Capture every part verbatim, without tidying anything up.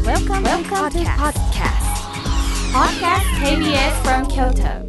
Welcome, Welcome to podcast. Podcast ケービーエス from Kyoto.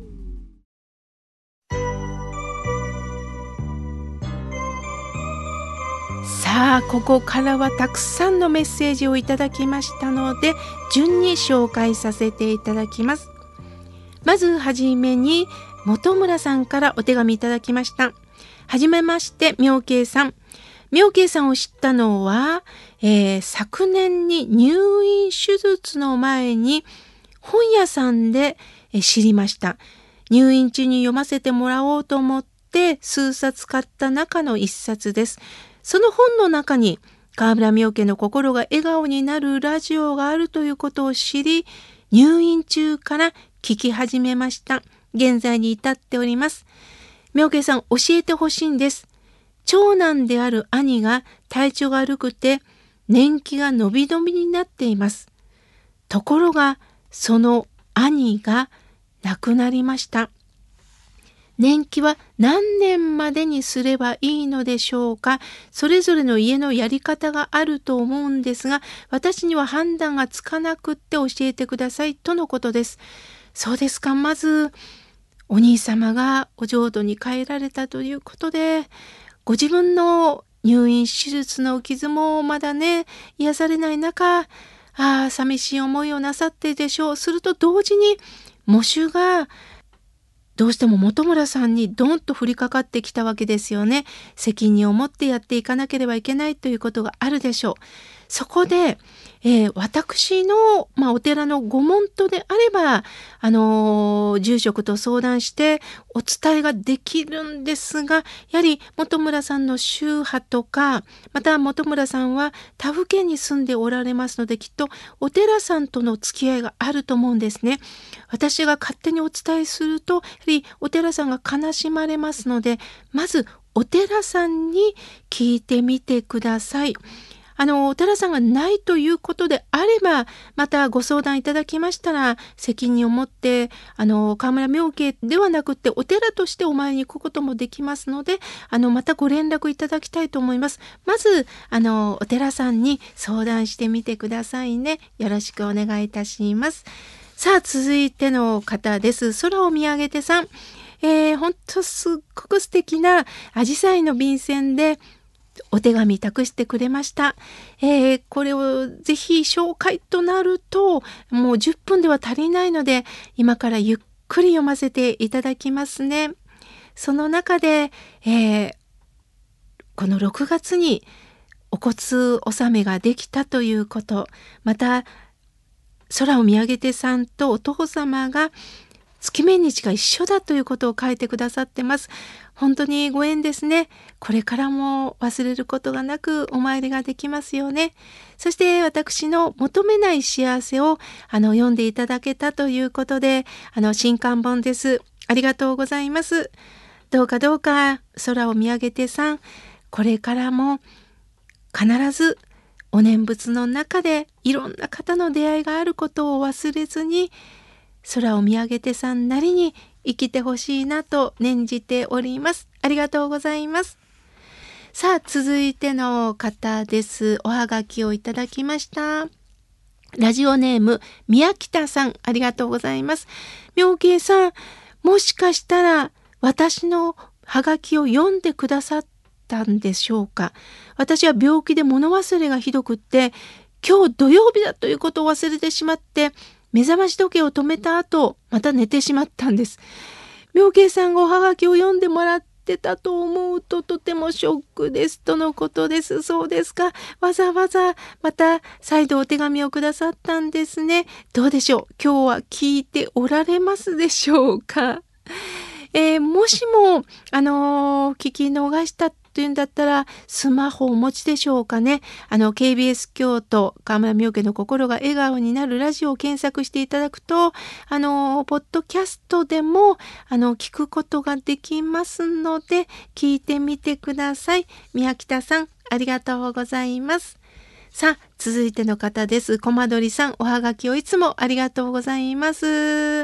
さあ、ここからはたくさんのメッセージをいただきましたので、順に紹介させていただきます。まずはじめに本村さんからお手紙いただきました。はじめまして、妙慶さん。妙慶さんを知ったのは、えー、昨年に入院手術の前に本屋さんで知りました。入院中に読ませてもらおうと思って数冊買った中の一冊です。その本の中に川村妙慶の心が笑顔になるラジオがあるということを知り、入院中から聞き始めました。現在に至っております。妙慶さん、教えてほしいんです。長男である兄が体調が悪くて年季が伸び伸びになっています。ところがその兄が亡くなりました。年季は何年までにすればいいのでしょうか。それぞれの家のやり方があると思うんですが、私には判断がつかなくって教えてくださいとのことです。そうですか。まずお兄様がお浄土に帰られたということで、ご自分の入院手術の傷もまだね、癒されない中、ああ、寂しい思いをなさってでしょう。すると同時に、喪主がどうしても本村さんにドンと降りかかってきたわけですよね。責任を持ってやっていかなければいけないということがあるでしょう。そこで、えー、私の、まあ、お寺のご門徒であれば、あのー、住職と相談してお伝えができるんですが、やはり本村さんの宗派とか、また本村さんは他府県に住んでおられますので、きっとお寺さんとの付き合いがあると思うんですね。私が勝手にお伝えすると、やはりお寺さんが悲しまれますので、まずお寺さんに聞いてみてください。あのお寺さんがないということであれば、またご相談いただきましたら、責任を持ってあの川村妙慶ではなくてお寺としてお参りに行くこともできますので、あのまたご連絡いただきたいと思います。まずあのお寺さんに相談してみてくださいね。よろしくお願いいたします。さあ、続いての方です。空を見上げてさん。えー、ほんとすっごく素敵な紫陽花の便箋でお手紙託してくれました。えー、これをぜひ紹介となるともうじゅっぷんでは足りないので、今からゆっくり読ませていただきますね。その中で、えー、このろくがつにお骨納めができたということ、また空を見上げてさんとお父様が月命日が一緒だということを書いてくださってます。本当にご縁ですね。これからも忘れることがなくお参りができますよね。そして私の求めない幸せをあの読んでいただけたということで、あの新刊本です。ありがとうございます。どうかどうか空を見上げてさん、これからも必ずお念仏の中でいろんな方の出会いがあることを忘れずに、空を見上げてさんなりに生きてほしいなと念じております。ありがとうございます。さあ、続いての方です。おはがきをいただきました。ラジオネーム宮北さん、ありがとうございます。妙慶さん、もしかしたら私のはがきを読んでくださったんでしょうか。私は病気で物忘れがひどくって、今日土曜日だということを忘れてしまって、目覚まし時計を止めた後、また寝てしまったんです。妙慶さんがおはがきを読んでもらってたと思うととてもショックですとのことです。そうですか。わざわざまた再度お手紙をくださったんですね。どうでしょう。今日は聞いておられますでしょうか。えー、もしも、あのー、聞き逃したというんだったら、スマホをお持ちでしょうかね。あの、ケービーエス 京都、川村妙慶の心が笑顔になるラジオを検索していただくと、あの、ポッドキャストでも、あの、聞くことができますので、聞いてみてください。宮北さん、ありがとうございます。さあ、続いての方です。コマドリさん、おはがきをいつもありがとうございます。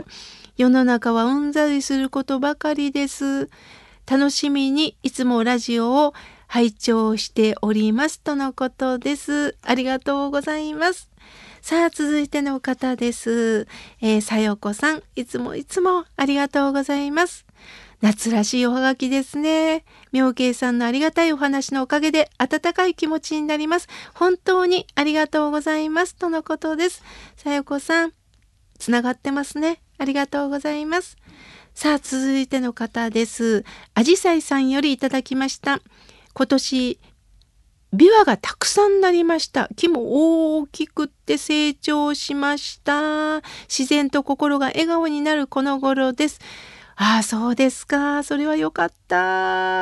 世の中はうんざりすることばかりです。楽しみにいつもラジオを拝聴しておりますとのことです。ありがとうございます。 さあ続いての方です。えー、さよこさん、いつもいつもありがとうございます。夏らしいおはがきですね。妙慶さんのありがたいお話のおかげで温かい気持ちになります。本当にありがとうございますとのことです。さよこさん、つながってますね。ありがとうございます。さあ続いての方です。あじさいさんよりいただきました。今年ビワがたくさんなりました。木も大きくって成長しました。自然と心が笑顔になるこの頃です。ああ、そうですか。それはよかった。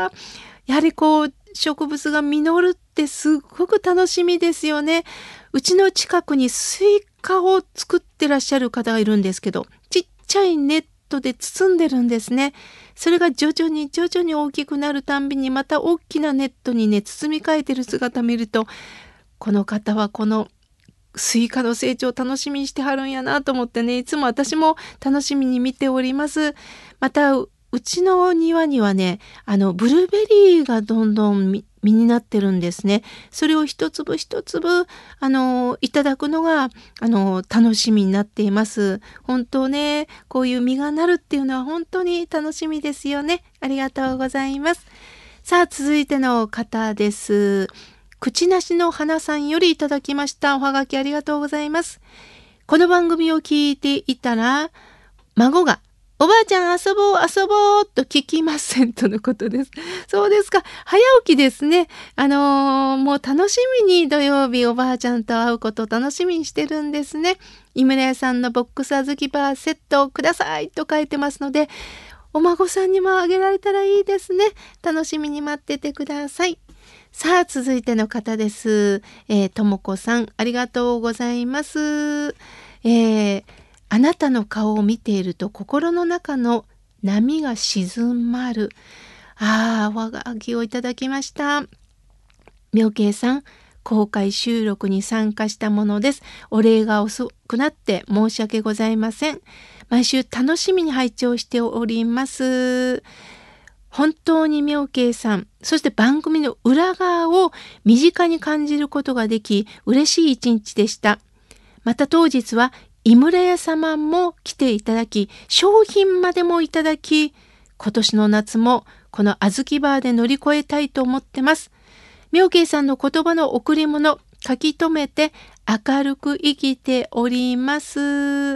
やはりこう植物が実るってすごく楽しみですよね。うちの近くにスイカを作ってらっしゃる方がいるんですけど、ちっちゃいネットで包んでるんですね。それが徐々に徐々に大きくなるたんびにまた大きなネットにね包み替えてる姿見ると、この方はこのスイカの成長を楽しみにしてはるんやなと思ってね、いつも私も楽しみに見ております。また う, うちの庭にはね、あのブルーベリーがどんどん実になってるんですね。それを一粒一粒あのいただくのがあの楽しみになっています。本当ね、こういう実がなるっていうのは本当に楽しみですよね。ありがとうございます。さあ続いての方です。口なしの花さんよりいただきました。おはがきありがとうございます。この番組を聞いていたら孫がおばあちゃん遊ぼう遊ぼうと聞きませんとのことです。そうですか。早起きですね。あのー、もう楽しみに土曜日おばあちゃんと会うことを楽しみにしてるんですね。井村屋さんのボックスあずきバーセットをくださいと書いてますので、お孫さんにもあげられたらいいですね。楽しみに待っててください。さあ続いての方です。えー、ともこさんありがとうございます。えー、あなたの顔を見ていると心の中の波が静まる。ああ、おはがきをいただきました。妙慶さん、公開収録に参加したものです。お礼が遅くなって申し訳ございません。毎週楽しみに拝聴しております。本当に妙慶さん、そして番組の裏側を身近に感じることができ、嬉しい一日でした。また当日は井村屋様も来ていただき、商品までもいただき、今年の夏もこのあずきバーで乗り越えたいと思ってます。妙慶さんの言葉の贈り物、書き留めて明るく生きております。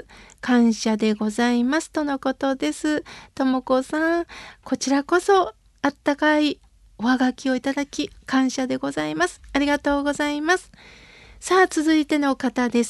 感謝でございますとのことです。ともこさん、こちらこそあったかいおはがきをいただき感謝でございます。ありがとうございます。さあ続いての方です。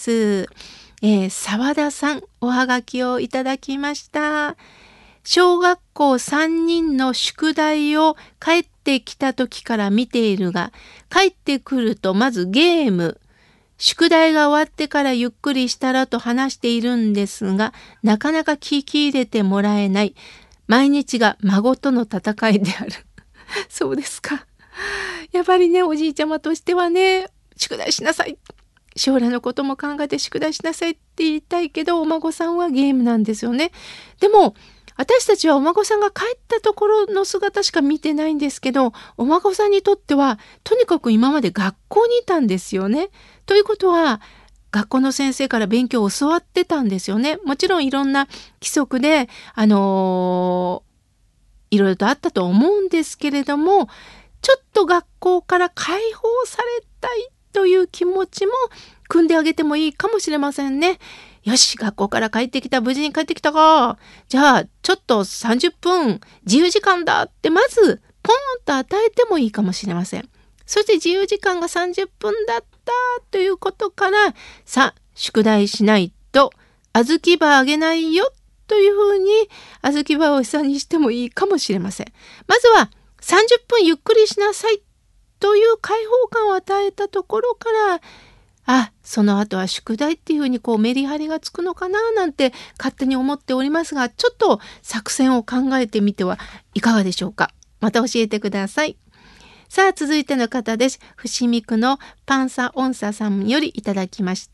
えー、沢田さん、おはがきをいただきました。小学校さんにんの宿題を帰ってきた時から見ているが、帰ってくるとまずゲーム、宿題が終わってからゆっくりしたらと話しているんですが、なかなか聞き入れてもらえない。毎日が孫との戦いである。そうですか。やっぱりね、おじいちゃまとしてはね、宿題しなさい。将来のことも考えて宿題しなさいって言いたいけど、お孫さんはゲームなんですよね。でも、私たちはお孫さんが帰ったところの姿しか見てないんですけど、お孫さんにとってはとにかく今まで学校にいたんですよね。ということは学校の先生から勉強を教わってたんですよね。もちろんいろんな規則であのー、いろいろとあったと思うんですけれども、ちょっと学校から解放されたいという気持ちも組んであげてもいいかもしれませんね。よし、学校から帰ってきた、無事に帰ってきたか。じゃあ、ちょっとさんじゅっぷん自由時間だってまずポンと与えてもいいかもしれません。そして自由時間がさんじゅっぷんだったということから、さあ、宿題しないと小豆バーあげないよというふうに小豆バーを餌にしてもいいかもしれません。まずはさんじゅっぷんゆっくりしなさいという開放感を与えたところから、あ、その後は宿題っていうふうにこうメリハリがつくのかななんて勝手に思っておりますが、ちょっと作戦を考えてみてはいかがでしょうか。また教えてください。さあ続いての方です。伏見区のパンサオンサさんよりいただきました。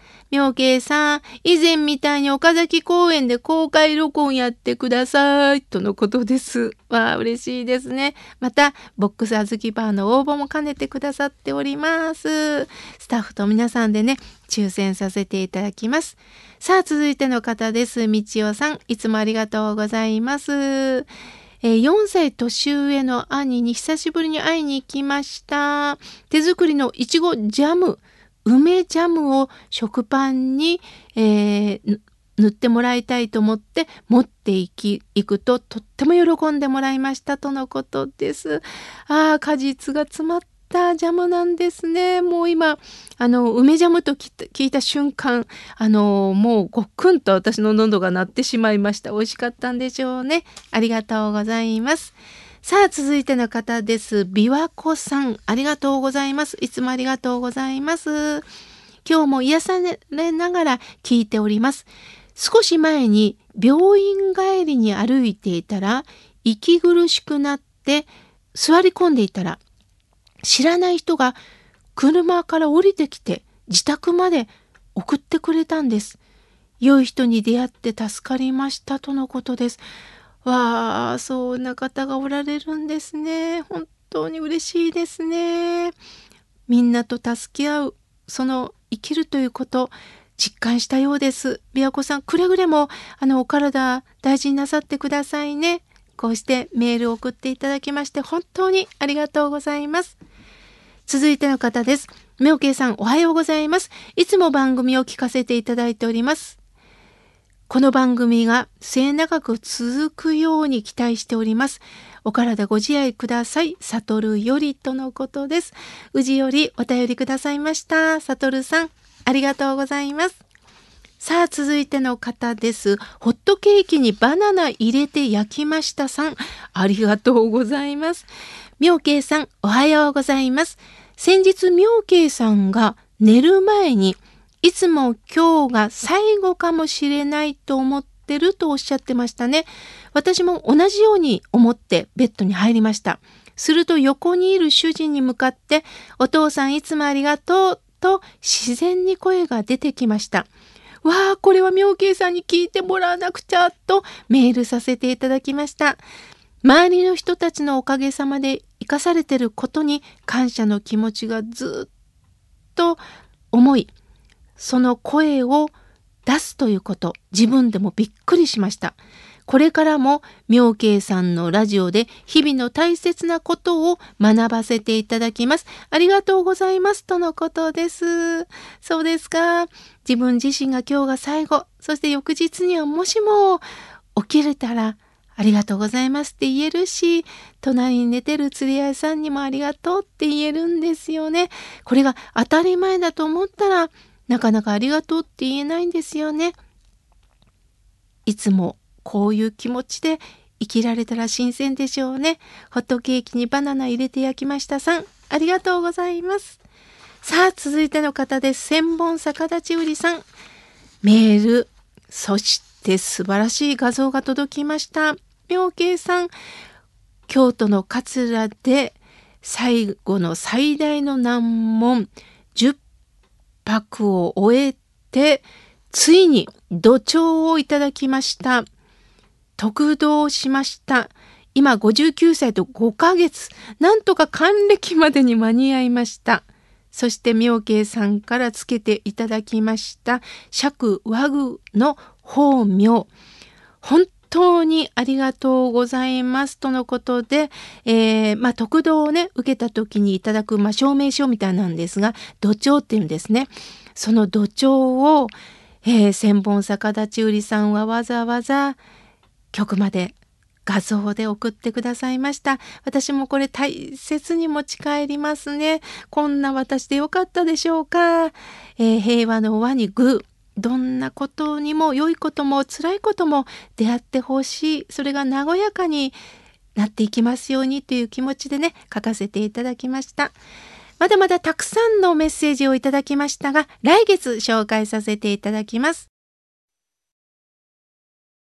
妙慶さん、以前みたいに岡崎公園で公開録音やってください。とのことです。わあ、嬉しいですね。また、ボックスあずきバーの応募も兼ねてくださっております。スタッフと皆さんでね、抽選させていただきます。さあ、続いての方です。みちおさん、いつもありがとうございます。えー、よんさい年上の兄に久しぶりに会いに行きました。手作りのいちごジャム、梅ジャムを食パンに、えー、塗ってもらいたいと思って持っていき行くととっても喜んでもらいましたとのことです。ああ、果実が詰まったジャムなんですね。もう今あの梅ジャムと聞いた瞬間、あのもうごっくんと私の喉が鳴ってしまいました。美味しかったんでしょうね。ありがとうございます。さあ、続いての方です。びわこさん、ありがとうございます。いつもありがとうございます。今日も癒されながら聞いております。少し前に病院帰りに歩いていたら、息苦しくなって座り込んでいたら、知らない人が車から降りてきて自宅まで送ってくれたんです。良い人に出会って助かりましたとのことです。わあ、そんな方がおられるんですね。本当に嬉しいですね。みんなと助け合う、その生きるということ実感したようです。びわこさん、くれぐれもあのお体大事になさってくださいね。こうしてメールを送っていただきまして本当にありがとうございます。続いての方です。妙慶さん、おはようございます。いつも番組を聞かせていただいております。この番組が末永く続くように期待しております。お体ご自愛ください。さとるよりとのことです。宇治よりお便りくださいました。さとるさん、ありがとうございます。さあ、続いての方です。ホットケーキにバナナ入れて焼きましたさん、ありがとうございます。妙慶さん、おはようございます。先日妙慶さんが寝る前にいつも今日が最後かもしれないと思ってるとおっしゃってましたね。私も同じように思ってベッドに入りました。すると横にいる主人に向かってお父さんいつもありがとうと自然に声が出てきました。わあ、これは妙慶さんに聞いてもらわなくちゃとメールさせていただきました。周りの人たちのおかげさまで生かされていることに感謝の気持ちがずっと思い、その声を出すということ、自分でもびっくりしました。これからも妙慶さんのラジオで日々の大切なことを学ばせていただきます。ありがとうございますとのことです。そうですか。自分自身が今日が最後、そして翌日にはもしも起きれたらありがとうございますって言えるし、隣に寝てる釣り合いさんにもありがとうって言えるんですよね。これが当たり前だと思ったらなかなかありがとうって言えないんですよね。いつもこういう気持ちで生きられたら新鮮でしょうね。ホットケーキにバナナ入れて焼きましたさん、ありがとうございます。さあ、続いての方です。千本逆立ち売りさん、メール、そして素晴らしい画像が届きました。妙慶さん、京都の桂で最後の最大の難問じゅっぱくを終えてついに土帳をいただきました。得道しました。今ごじゅうきゅうさいとごかげつ、なんとか還暦までに間に合いました。そして妙慶さんからつけていただきました釈和具の法名、本当にありがとうございますとのことで、えー、まあ得道をね受けた時にいただく、まあ、証明書みたいなんですが、土帳っていうんですね。その土帳を、えー、千本逆立ち売りさんはわざわざ局まで画像で送ってくださいました。私もこれ大切に持ち帰りますね。こんな私でよかったでしょうか。えー、平和の輪に具、どんなことにも良いことも辛いことも出会ってほしい、それが和やかになっていきますようにという気持ちでね書かせていただきました。まだまだたくさんのメッセージをいただきましたが、来月紹介させていただきます。